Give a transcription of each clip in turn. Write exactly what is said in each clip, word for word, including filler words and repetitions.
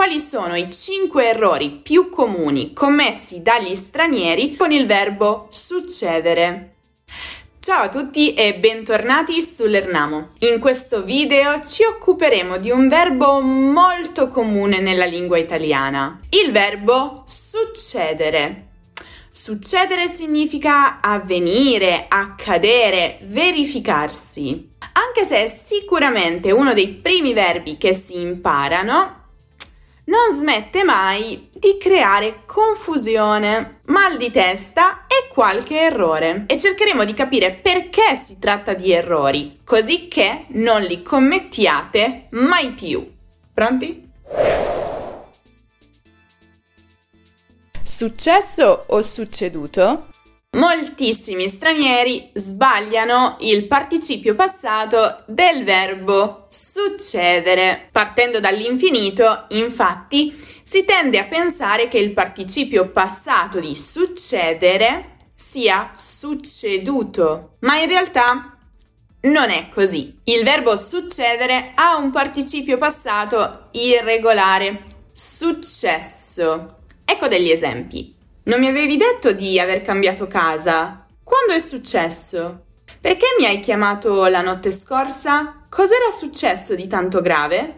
quali sono i cinque errori più comuni commessi dagli stranieri con il verbo succedere. Ciao a tutti e bentornati su Lernamo. In questo video ci occuperemo di un verbo molto comune nella lingua italiana, il verbo succedere. Succedere significa avvenire, accadere, verificarsi. Anche se è sicuramente uno dei primi verbi che si imparano, non smette mai di creare confusione, mal di testa e qualche errore. E cercheremo di capire perché si tratta di errori, così che non li commettiate mai più. Pronti? Successo o succeduto? Moltissimi stranieri sbagliano il participio passato del verbo succedere. Partendo dall'infinito, infatti, si tende a pensare che il participio passato di succedere sia succeduto, ma in realtà non è così. Il verbo succedere ha un participio passato irregolare, successo. Ecco degli esempi. Non mi avevi detto di aver cambiato casa? Quando è successo? Perché mi hai chiamato la notte scorsa? Cos'era successo di tanto grave?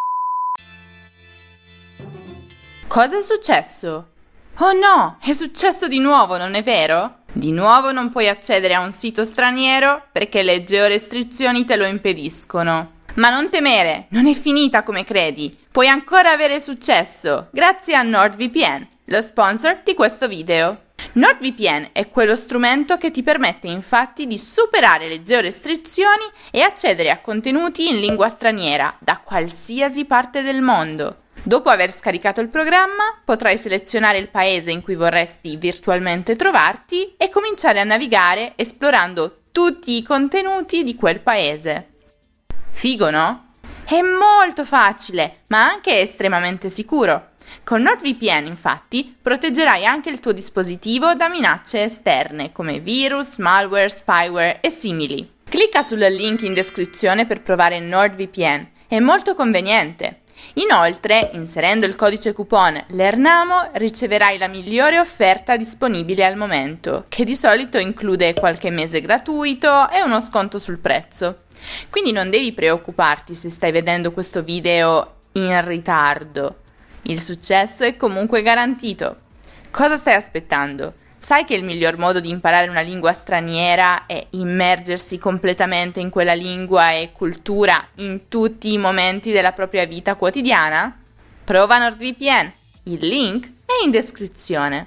Cosa è successo? Oh no, è successo di nuovo, non è vero? Di nuovo non puoi accedere a un sito straniero perché le georestrizioni te lo impediscono. Ma non temere, non è finita come credi. Puoi ancora avere successo grazie a NordVPN, lo sponsor di questo video. NordVPN è quello strumento che ti permette infatti di superare le georestrizioni e accedere a contenuti in lingua straniera da qualsiasi parte del mondo. Dopo aver scaricato il programma, potrai selezionare il paese in cui vorresti virtualmente trovarti e cominciare a navigare esplorando tutti i contenuti di quel paese. Figo, no? È molto facile, ma anche estremamente sicuro. Con NordVPN, infatti, proteggerai anche il tuo dispositivo da minacce esterne come virus, malware, spyware e simili. Clicca sul link in descrizione per provare NordVPN. È molto conveniente. Inoltre, inserendo il codice coupon Lernamo, riceverai la migliore offerta disponibile al momento, che di solito include qualche mese gratuito e uno sconto sul prezzo. Quindi non devi preoccuparti se stai vedendo questo video in ritardo. Il successo è comunque garantito. Cosa stai aspettando? Sai che il miglior modo di imparare una lingua straniera è immergersi completamente in quella lingua e cultura in tutti i momenti della propria vita quotidiana? Prova NordVPN. Il link è in descrizione.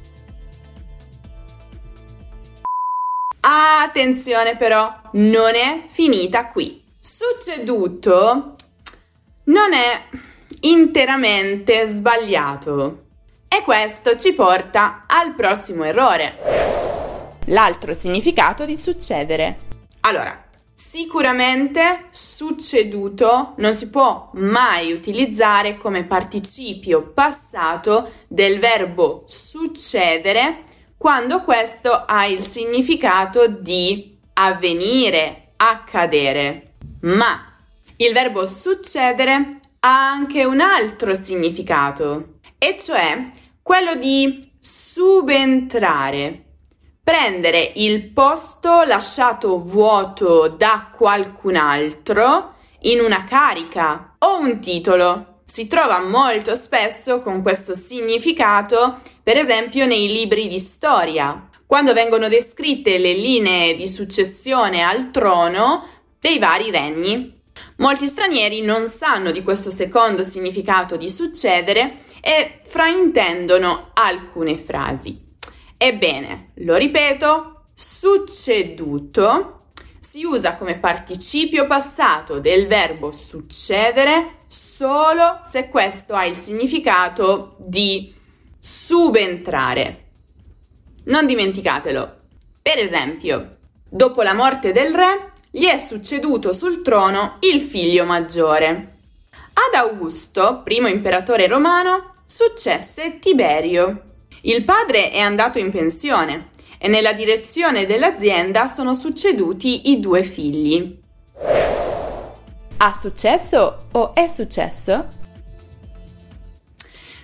Attenzione però, non è finita qui. Succeduto non è interamente sbagliato. E questo ci porta al prossimo errore. L'altro significato di succedere. Allora, sicuramente succeduto non si può mai utilizzare come participio passato del verbo succedere quando questo ha il significato di avvenire, accadere. Ma il verbo succedere ha anche un altro significato, e cioè quello di subentrare, prendere il posto lasciato vuoto da qualcun altro in una carica o un titolo. Si trova molto spesso con questo significato, per esempio nei libri di storia, quando vengono descritte le linee di successione al trono dei vari regni. Molti stranieri non sanno di questo secondo significato di succedere e fraintendono alcune frasi. Ebbene, lo ripeto, succeduto si usa come participio passato del verbo succedere solo se questo ha il significato di subentrare. Non dimenticatelo. Per esempio, dopo la morte del re, gli è succeduto sul trono il figlio maggiore. Ad Augusto, primo imperatore romano, successe Tiberio. Il padre è andato in pensione e nella direzione dell'azienda sono succeduti i due figli. Ha successo o è successo?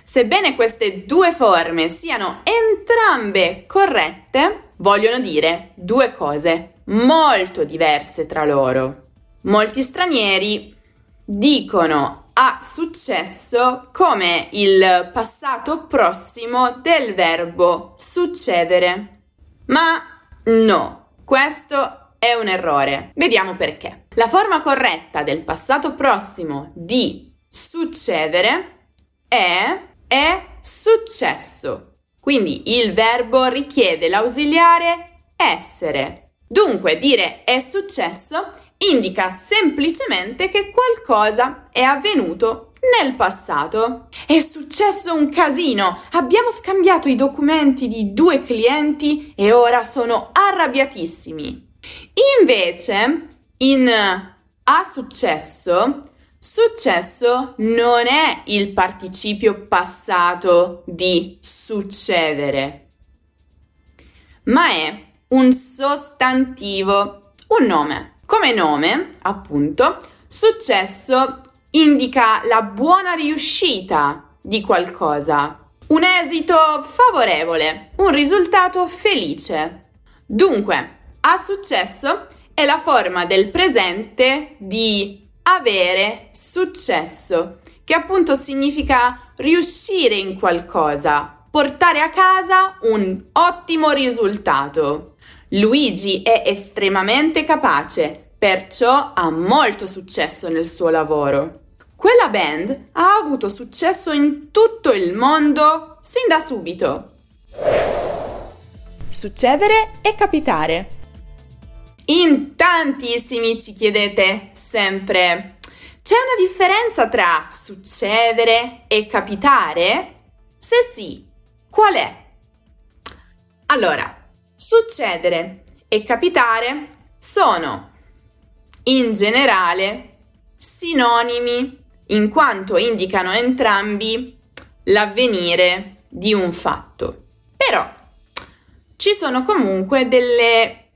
Sebbene queste due forme siano entrambe corrette, vogliono dire due cose molto diverse tra loro. Molti stranieri dicono ha successo come il passato prossimo del verbo succedere. Ma no, questo è un errore. Vediamo perché. La forma corretta del passato prossimo di succedere è è successo. Quindi il verbo richiede l'ausiliare essere. Dunque dire è successo indica semplicemente che qualcosa è avvenuto nel passato. È successo un casino. Abbiamo scambiato i documenti di due clienti e ora sono arrabbiatissimi. Invece, in ha successo, successo non è il participio passato di succedere, ma è un sostantivo, un nome. Come nome, appunto, successo indica la buona riuscita di qualcosa, un esito favorevole, un risultato felice. Dunque, ha successo è la forma del presente di avere successo, che appunto significa riuscire in qualcosa, portare a casa un ottimo risultato. Luigi è estremamente capace, perciò ha molto successo nel suo lavoro. Quella band ha avuto successo in tutto il mondo sin da subito. Succedere e capitare. In tantissimi ci chiedete sempre: c'è una differenza tra succedere e capitare? Se sì, qual è? Allora, succedere e capitare sono in generale sinonimi in quanto indicano entrambi l'avvenire di un fatto. Però ci sono comunque delle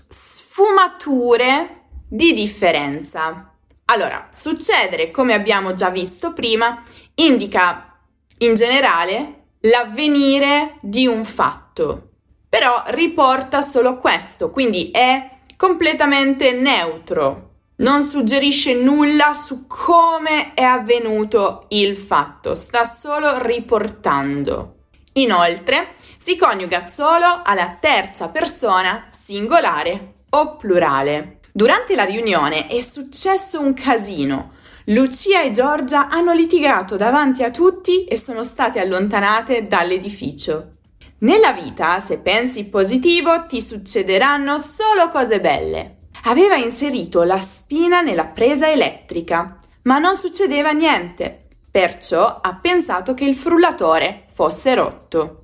sfumature di differenza. Allora, succedere, come abbiamo già visto prima, indica in generale l'avvenire di un fatto. Però riporta solo questo, quindi è completamente neutro, non suggerisce nulla su come è avvenuto il fatto, sta solo riportando. Inoltre, si coniuga solo alla terza persona singolare o plurale. Durante la riunione è successo un casino. Lucia e Giorgia hanno litigato davanti a tutti e sono state allontanate dall'edificio. Nella vita, se pensi positivo, ti succederanno solo cose belle. Aveva inserito la spina nella presa elettrica, ma non succedeva niente. Perciò ha pensato che il frullatore fosse rotto.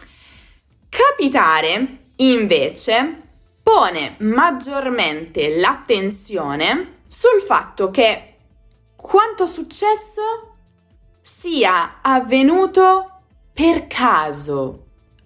Capitare, invece, pone maggiormente l'attenzione sul fatto che quanto successo sia avvenuto per caso,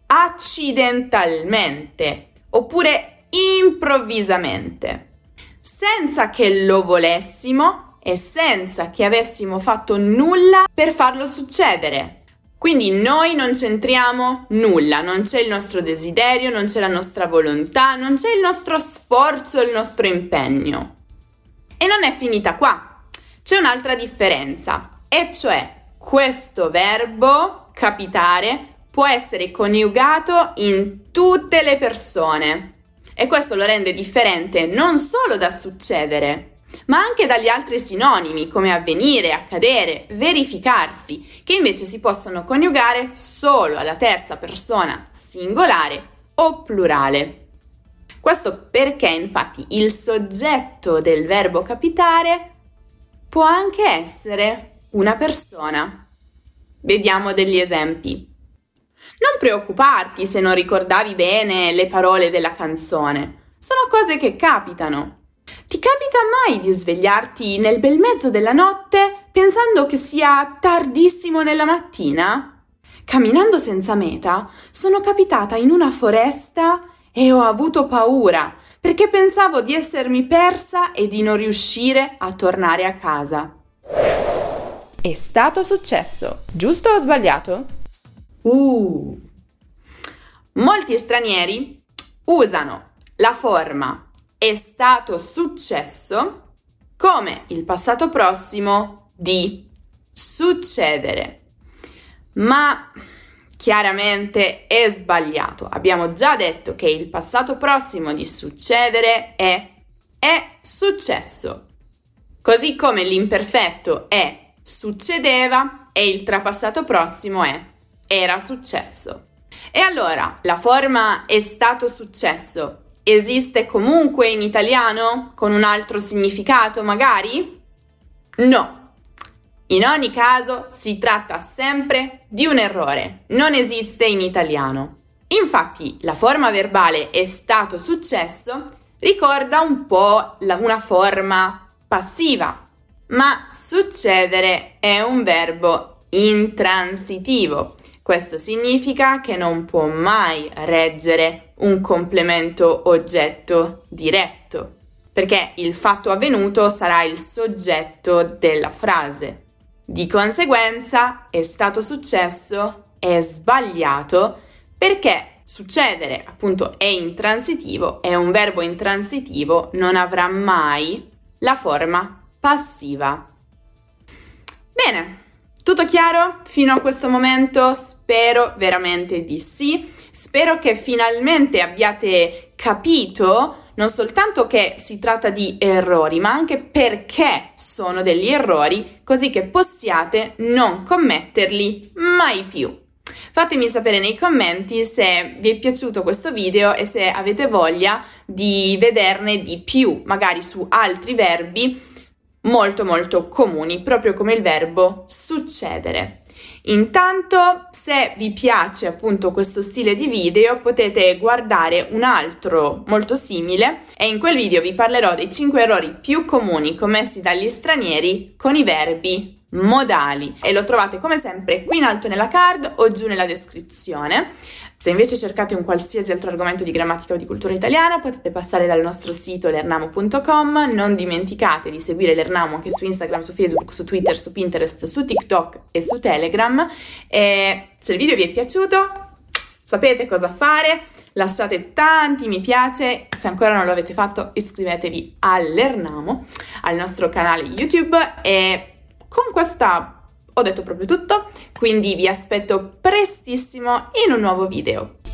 accidentalmente oppure improvvisamente, senza che lo volessimo e senza che avessimo fatto nulla per farlo succedere. Quindi noi non c'entriamo nulla, non c'è il nostro desiderio, non c'è la nostra volontà, non c'è il nostro sforzo, il nostro impegno. E non è finita qua, c'è un'altra differenza, e cioè questo verbo, capitare, può essere coniugato in tutte le persone. E questo lo rende differente non solo da succedere, ma anche dagli altri sinonimi come avvenire, accadere, verificarsi, che invece si possono coniugare solo alla terza persona singolare o plurale. Questo perché infatti il soggetto del verbo capitare può anche essere una persona. Vediamo degli esempi. Non preoccuparti se non ricordavi bene le parole della canzone. Sono cose che capitano. Ti capita mai di svegliarti nel bel mezzo della notte pensando che sia tardissimo nella mattina? Camminando senza meta, sono capitata in una foresta e ho avuto paura perché pensavo di essermi persa e di non riuscire a tornare a casa. È stato successo. Giusto o sbagliato? Uh. Molti stranieri usano la forma è stato successo come il passato prossimo di succedere. Ma chiaramente è sbagliato. Abbiamo già detto che il passato prossimo di succedere è è successo. Così come l'imperfetto è succedeva e il trapassato prossimo è era successo. E allora, la forma è stato successo esiste comunque in italiano con un altro significato magari? No. In ogni caso si tratta sempre di un errore, non esiste in italiano. Infatti la forma verbale è stato successo ricorda un po' la, una forma passiva, ma succedere è un verbo intransitivo. Questo significa che non può mai reggere un complemento oggetto diretto, perché il fatto avvenuto sarà il soggetto della frase. Di conseguenza, è stato successo è sbagliato perché succedere, appunto, è intransitivo, è un verbo intransitivo, non avrà mai la forma passiva. Bene, tutto chiaro fino a questo momento? Spero veramente di sì. Spero che finalmente abbiate capito non soltanto che si tratta di errori, ma anche perché sono degli errori, così che possiate non commetterli mai più. Fatemi sapere nei commenti se vi è piaciuto questo video e se avete voglia di vederne di più, magari su altri verbi molto molto comuni, proprio come il verbo succedere. Intanto, se vi piace appunto questo stile di video, potete guardare un altro molto simile e in quel video vi parlerò dei cinque errori più comuni commessi dagli stranieri con i verbi modali e lo trovate come sempre qui in alto nella card o giù nella descrizione. Se invece cercate un qualsiasi altro argomento di grammatica o di cultura italiana potete passare dal nostro sito lernamo punto com. Non dimenticate di seguire Lernamo anche su Instagram, su Facebook, su Twitter, su Pinterest, su TikTok e su Telegram. E se il video vi è piaciuto sapete cosa fare, lasciate tanti mi piace, se ancora non lo avete fatto iscrivetevi a Lernamo, al nostro canale YouTube. E con questa ho detto proprio tutto, quindi vi aspetto prestissimo in un nuovo video.